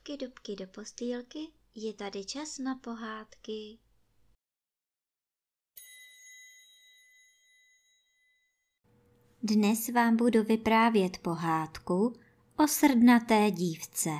dubky do postýlky, je tady čas na pohádky. Dnes vám budu vyprávět pohádku o srdnaté dívce.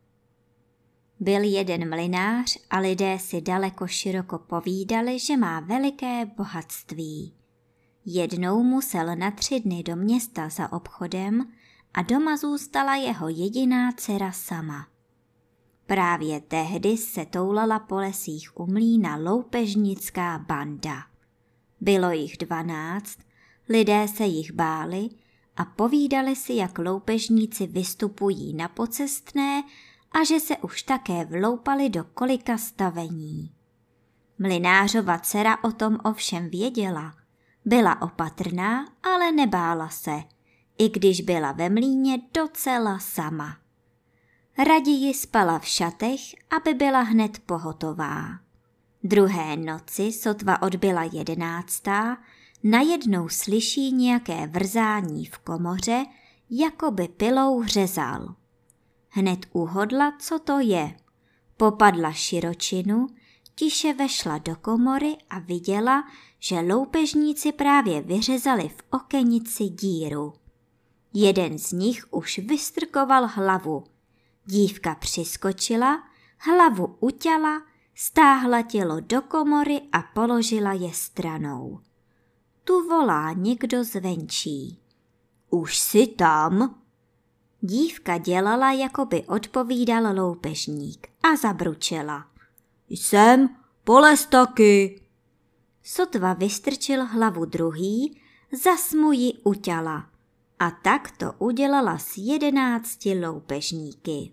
Byl jeden mlynář a lidé si daleko široko povídali, že má veliké bohatství. Jednou musel na 3 dny do města za obchodem a doma zůstala jeho jediná dcera sama. Právě tehdy se toulala po lesích u mlýna loupežnická banda. Bylo jich 12, lidé se jich báli a povídali si, jak loupežníci vystupují na pocestné a že se už také vloupali do kolika stavení. Mlynářova dcera o tom ovšem věděla. Byla opatrná, ale nebála se, i když byla ve mlýně docela sama. Raději spala v šatech, aby byla hned pohotová. Druhé noci, sotva odbyla 11., najednou slyší nějaké vrzání v komoře, jako by pilou řezal. Hned uhodla, co to je. Popadla širočinu, tiše vešla do komory a viděla, že loupežníci právě vyřezali v okenici díru. Jeden z nich už vystrkoval hlavu. Dívka přiskočila, hlavu uťala, stáhla tělo do komory a položila je stranou. Tu volá někdo zvenčí. Už jsi tam? Dívka dělala, jako by odpovídal loupežník a zabručela. Jsem, polez taky. Sotva vystrčil hlavu druhý, zas mu ji uťala. A tak to udělala s 11 loupežníky.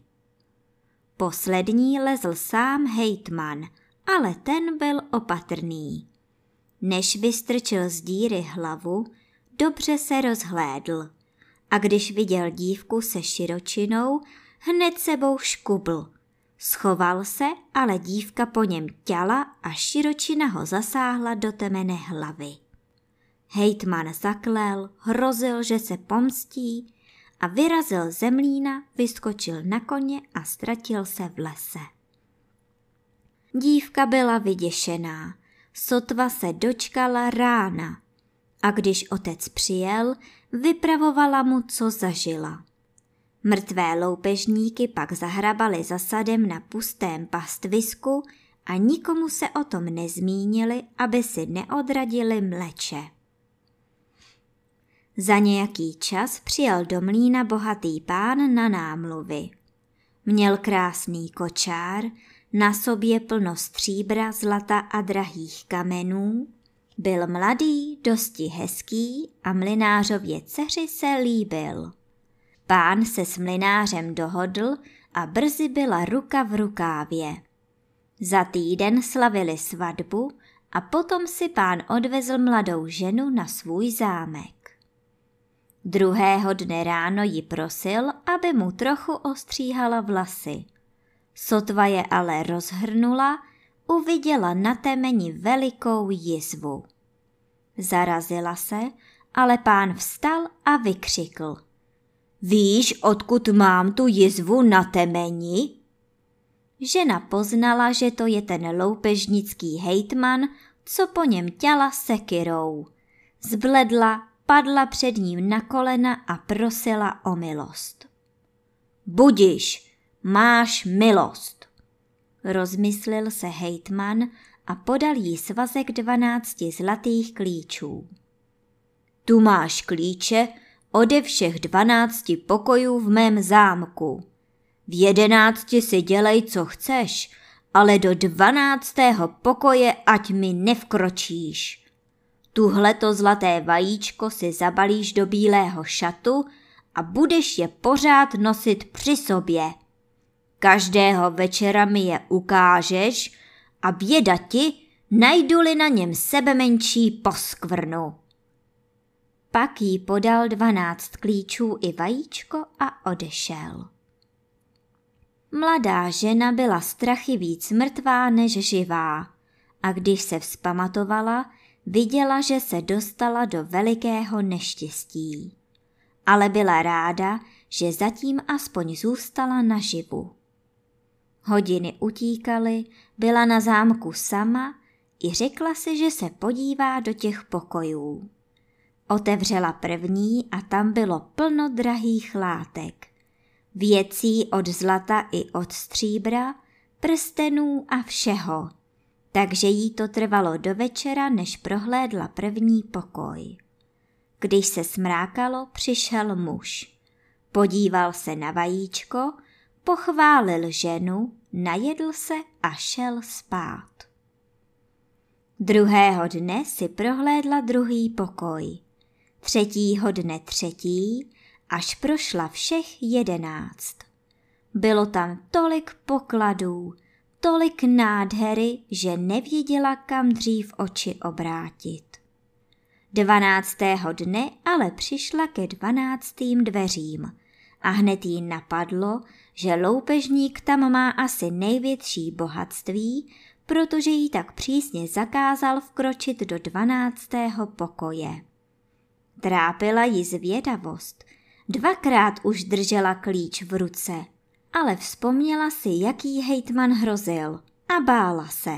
Poslední lezl sám hejtman, ale ten byl opatrný. Než vystrčil z díry hlavu, dobře se rozhlédl a když viděl dívku se širočinou, hned sebou škubl. Schoval se, ale dívka po něm ťala a širočina ho zasáhla do temene hlavy. Hejtman zaklel, hrozil, že se pomstí a vyrazil ze mlýna, vyskočil na koně a ztratil se v lese. Dívka byla vyděšená, sotva se dočkala rána a když otec přijel, vypravovala mu, co zažila. Mrtvé loupežníky pak zahrabali za sadem na pustém pastvisku a nikomu se o tom nezmínili, aby si neodradili mleče. Za nějaký čas přijel do mlýna bohatý pán na námluvy. Měl krásný kočár, na sobě plno stříbra, zlata a drahých kamenů, byl mladý, dosti hezký a mlynářově dceři se líbil. Pán se s mlynářem dohodl a brzy byla ruka v rukávě. Za týden slavili svatbu a potom si pán odvezl mladou ženu na svůj zámek. Druhého dne ráno ji prosil, aby mu trochu ostříhala vlasy. Sotva je ale rozhrnula, uviděla na temeni velikou jizvu. Zarazila se, ale pán vstal a vykřikl. Víš, odkud mám tu jizvu na temeni? Žena poznala, že to je ten loupežnický hejtman, co po něm ťala sekyrou. Zbledla, padla před ním na kolena a prosila o milost. Budiš, máš milost. Rozmyslil se hejtman a podal jí svazek 12 zlatých klíčů. Tu máš klíče ode všech 12 pokojů v mém zámku. V 11 si dělej, co chceš, ale do 12. pokoje ať mi nevkročíš. Tuhleto zlaté vajíčko si zabalíš do bílého šatu a budeš je pořád nosit při sobě. Každého večera mi je ukážeš a běda ti, najdu-li na něm sebemenší poskvrnu. Pak jí podal 12 klíčů i vajíčko a odešel. Mladá žena byla strachy víc mrtvá než živá a když se vzpamatovala, viděla, že se dostala do velikého neštěstí. Ale byla ráda, že zatím aspoň zůstala naživu. Hodiny utíkaly, byla na zámku sama i řekla si, že se podívá do těch pokojů. Otevřela první a tam bylo plno drahých látek. Věcí od zlata i od stříbra, prstenů a všeho. Takže jí to trvalo do večera, než prohlédla první pokoj. Když se smrákalo, přišel muž. Podíval se na vajíčko, pochválil ženu, najedl se a šel spát. Druhého dne si prohlédla druhý pokoj. Třetího dne třetí, až prošla všech 11. Bylo tam tolik pokladů, tolik nádhery, že nevěděla, kam dřív oči obrátit. 12. dne ale přišla ke 12. dveřím a hned jí napadlo, že loupežník tam má asi největší bohatství, protože jí tak přísně zakázal vkročit do 12. pokoje. Trápila ji zvědavost. 2krát už držela klíč v ruce, ale vzpomněla si, jaký hejtman hrozil a bála se.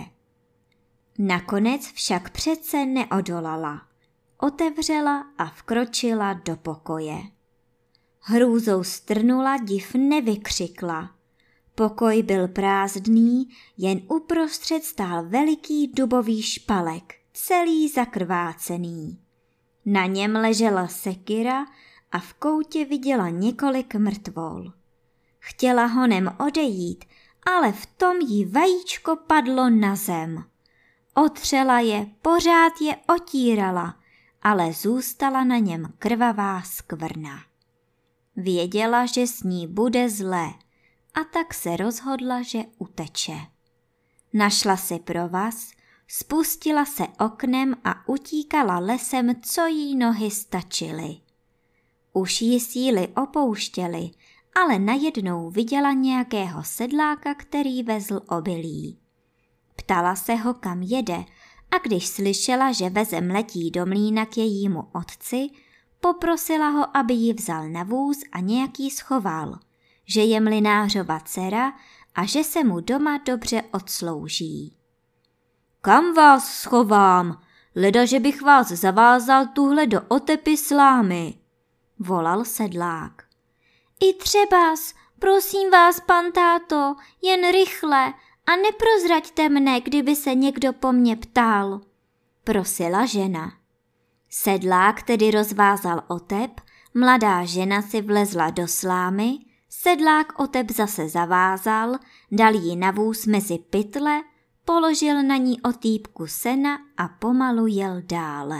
Nakonec však přece neodolala. Otevřela a vkročila do pokoje. Hrůzou strnula, div nevykřikla. Pokoj byl prázdný, jen uprostřed stál veliký dubový špalek, celý zakrvácený. Na něm ležela sekira a v koutě viděla několik mrtvol. Chtěla honem odejít, ale v tom jí vajíčko padlo na zem. Otřela je, pořád je otírala, ale zůstala na něm krvavá skvrna. Věděla, že s ní bude zlé, a tak se rozhodla, že uteče. Našla si provaz, spustila se oknem a utíkala lesem, co jí nohy stačily. Už jí síly opouštěly, ale najednou viděla nějakého sedláka, který vezl obilí. Ptala se ho, kam jede, a když slyšela, že veze mletí do mlýna k jejímu otci, poprosila ho, aby ji vzal na vůz a nějaký schoval, že je mlynářova dcera a že se mu doma dobře odslouží. Kam vás schovám? Leda, že bych vás zavázal tuhle do otepy slámy, volal sedlák. I třebas, prosím vás, pan táto, jen rychle a neprozraďte mne, kdyby se někdo po mně ptal, prosila žena. Sedlák tedy rozvázal otep, mladá žena si vlezla do slámy, sedlák otep zase zavázal, dal jí na vůz mezi pytle, položil na ní otýpku sena a pomalu jel dále.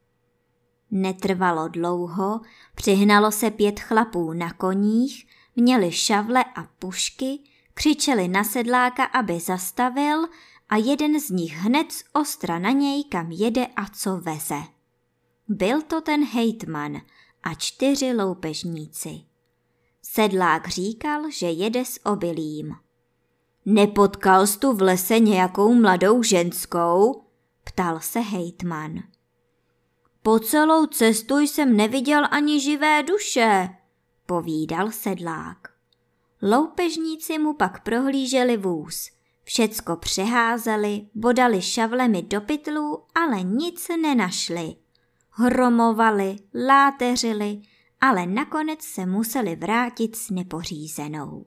Netrvalo dlouho, přihnalo se 5 chlapů na koních, měli šavle a pušky, křičeli na sedláka, aby zastavil a jeden z nich hned z ostra na něj, kam jede a co veze. Byl to ten hejtman a 4 loupežníci. Sedlák říkal, že jede s obilím. Nepotkal jsi tu v lese nějakou mladou ženskou? Ptal se hejtman. Po celou cestu jsem neviděl ani živé duše, povídal sedlák. Loupežníci mu pak prohlíželi vůz. Všecko přeházeli, bodali šavlemi do pytlů, ale nic nenašli. Hromovali, láteřili, ale nakonec se museli vrátit s nepořízenou.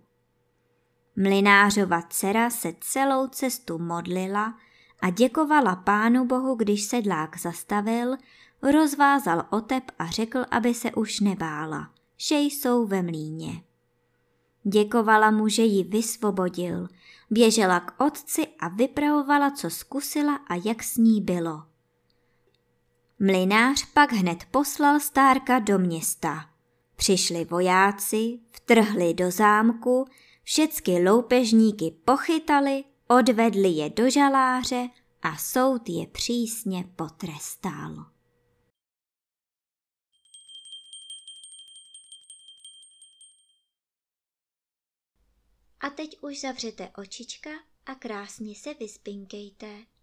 Mlynářova dcera se celou cestu modlila a děkovala Pánu Bohu, když sedlák zastavil, rozvázal otep a řekl, aby se už nebála, že jsou ve mlýně. Děkovala mu, že ji vysvobodil, běžela k otci a vypravovala, co zkusila a jak s ní bylo. Mlynář pak hned poslal stárka do města. Přišli vojáci, vtrhli do zámku, všecky loupežníky pochytali, odvedli je do žaláře a soud je přísně potrestal. A teď už zavřete očička a krásně se vyspinkejte.